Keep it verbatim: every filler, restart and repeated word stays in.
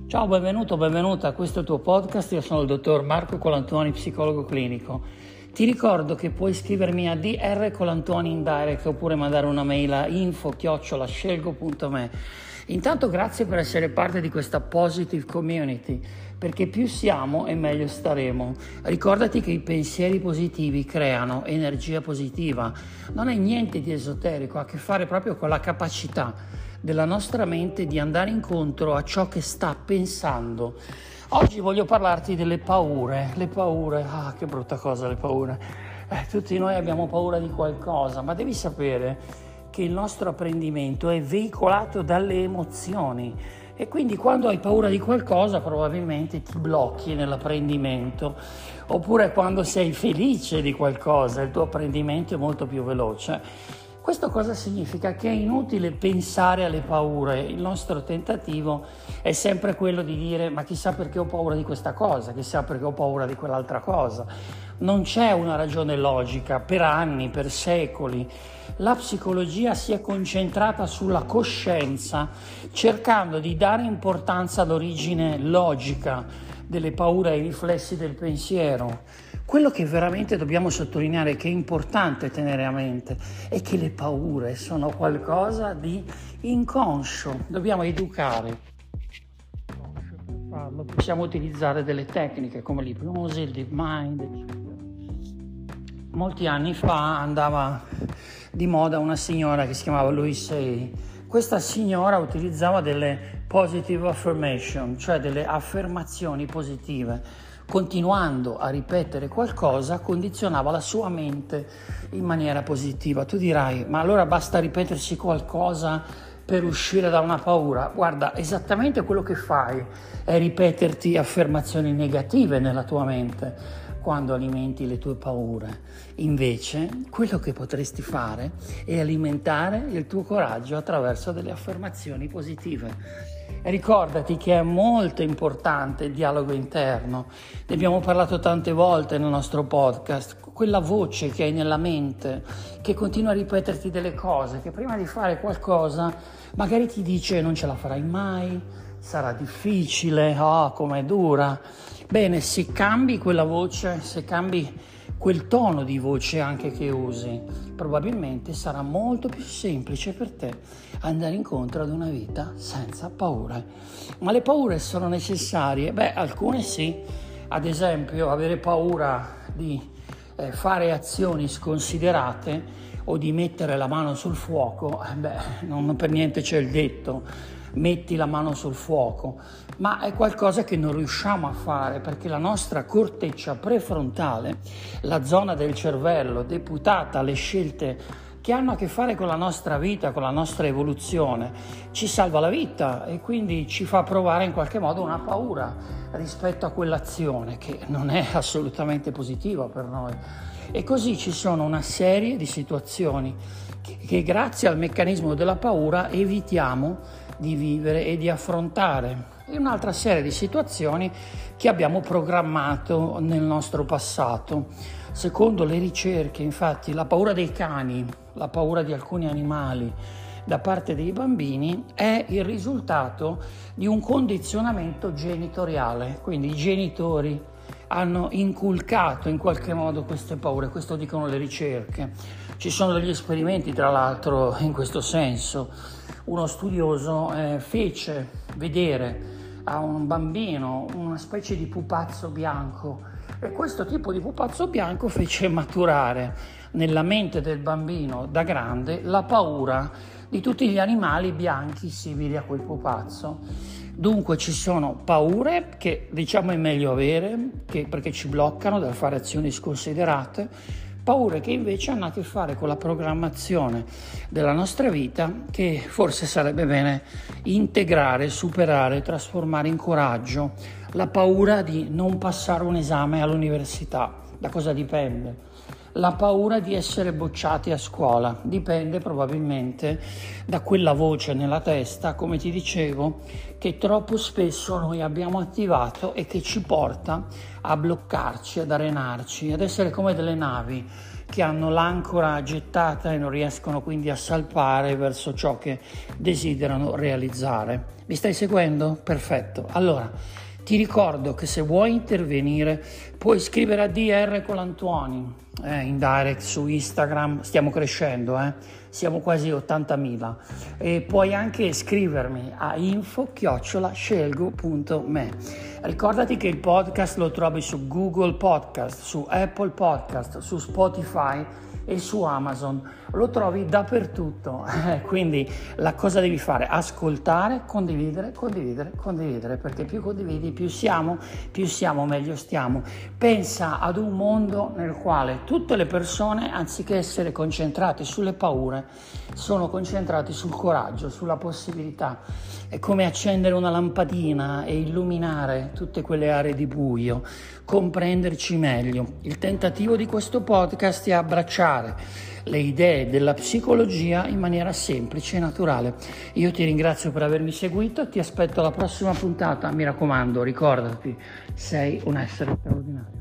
Ciao, benvenuto, benvenuta a questo tuo podcast. Io sono il dottor Marco Colantoni, psicologo clinico. Ti ricordo che puoi iscrivermi a D R Colantoni in direct oppure mandare una mail a info chiocciola scelgo punto me. Intanto grazie per essere parte di questa positive community, perché più siamo e meglio staremo. Ricordati che i pensieri positivi creano energia positiva. Non è niente di esoterico, ha a che fare proprio con la capacità della nostra mente di andare incontro a ciò che sta pensando. Oggi voglio parlarti delle paure, le paure, ah che brutta cosa le paure, eh, tutti noi abbiamo paura di qualcosa, ma devi sapere che il nostro apprendimento è veicolato dalle emozioni e quindi quando hai paura di qualcosa probabilmente ti blocchi nell'apprendimento, oppure quando sei felice di qualcosa il tuo apprendimento è molto più veloce. Questo cosa significa? Che è inutile pensare alle paure, il nostro tentativo è sempre quello di dire ma chissà perché ho paura di questa cosa, chissà perché ho paura di quell'altra cosa. Non c'è una ragione logica, per anni, per secoli. La psicologia si è concentrata sulla coscienza, cercando di dare importanza all'origine logica delle paure e ai riflessi del pensiero. Quello che veramente dobbiamo sottolineare, che è importante tenere a mente, è che le paure sono qualcosa di inconscio. Dobbiamo educare. Per farlo possiamo utilizzare delle tecniche come l'ipnosi, il deep mind, eccetera. Molti anni fa andava di moda una signora che si chiamava Louise Hay. Questa signora utilizzava delle positive affirmation, cioè delle affermazioni positive. Continuando a ripetere qualcosa, condizionava la sua mente in maniera positiva. Tu dirai, ma allora basta ripetersi qualcosa per uscire da una paura? Guarda, esattamente quello che fai è ripeterti affermazioni negative nella tua mente quando alimenti le tue paure. Invece, quello che potresti fare è alimentare il tuo coraggio attraverso delle affermazioni positive. Ricordati che è molto importante il dialogo interno, ne abbiamo parlato tante volte nel nostro podcast, quella voce che hai nella mente, che continua a ripeterti delle cose, che prima di fare qualcosa magari ti dice non ce la farai mai, sarà difficile, oh com'è dura. Bene, se cambi quella voce, se cambi quel tono di voce anche che usi, probabilmente sarà molto più semplice per te andare incontro ad una vita senza paure. Ma le paure sono necessarie? Beh, alcune sì. Ad esempio, avere paura di eh, fare azioni sconsiderate o di mettere la mano sul fuoco, eh beh, non per niente c'è il detto metti la mano sul fuoco, ma è qualcosa che non riusciamo a fare perché la nostra corteccia prefrontale, la zona del cervello deputata alle scelte che hanno a che fare con la nostra vita, con la nostra evoluzione, ci salva la vita e quindi ci fa provare in qualche modo una paura rispetto a quell'azione che non è assolutamente positiva per noi. E così ci sono una serie di situazioni che, che grazie al meccanismo della paura evitiamo di vivere e di affrontare, e un'altra serie di situazioni che abbiamo programmato nel nostro passato. Secondo le ricerche, infatti, la paura dei cani, la paura di alcuni animali da parte dei bambini è il risultato di un condizionamento genitoriale, quindi i genitori hanno inculcato in qualche modo queste paure, questo dicono le ricerche. Ci sono degli esperimenti, tra l'altro, in questo senso. Uno studioso eh, fece vedere a un bambino una specie di pupazzo bianco e questo tipo di pupazzo bianco fece maturare nella mente del bambino da grande la paura di tutti gli animali bianchi simili a quel pupazzo. Dunque ci sono paure che diciamo è meglio avere che, perché ci bloccano dal fare azioni sconsiderate, paure che invece hanno a che fare con la programmazione della nostra vita che forse sarebbe bene integrare, superare, trasformare in coraggio. La paura di non passare un esame all'università, da cosa dipende? La paura di essere bocciati a scuola dipende probabilmente da quella voce nella testa, come ti dicevo, che troppo spesso noi abbiamo attivato e che ci porta a bloccarci, ad arenarci, ad essere come delle navi che hanno l'ancora gettata e non riescono quindi a salpare verso ciò che desiderano realizzare. Mi stai seguendo? Perfetto. Allora, ti ricordo che se vuoi intervenire puoi scrivere a D R Colantuoni eh, in direct su Instagram, stiamo crescendo, eh? Siamo quasi ottantamila, e puoi anche scrivermi a info chiocciola scelgo punto me. Ricordati che il podcast lo trovi su Google Podcast, su Apple Podcast, su Spotify e su Amazon, lo trovi dappertutto, quindi la cosa devi fare? Ascoltare, condividere, condividere, condividere, perché più condividi più siamo, più siamo meglio stiamo. Pensa ad un mondo nel quale tutte le persone, anziché essere concentrate sulle paure, sono concentrati sul coraggio, sulla possibilità. È come accendere una lampadina e illuminare tutte quelle aree di buio, comprenderci meglio. Il tentativo di questo podcast è abbracciare le idee della psicologia in maniera semplice e naturale. Io ti ringrazio per avermi seguito, ti aspetto alla prossima puntata. Mi raccomando, ricordati, sei un essere straordinario.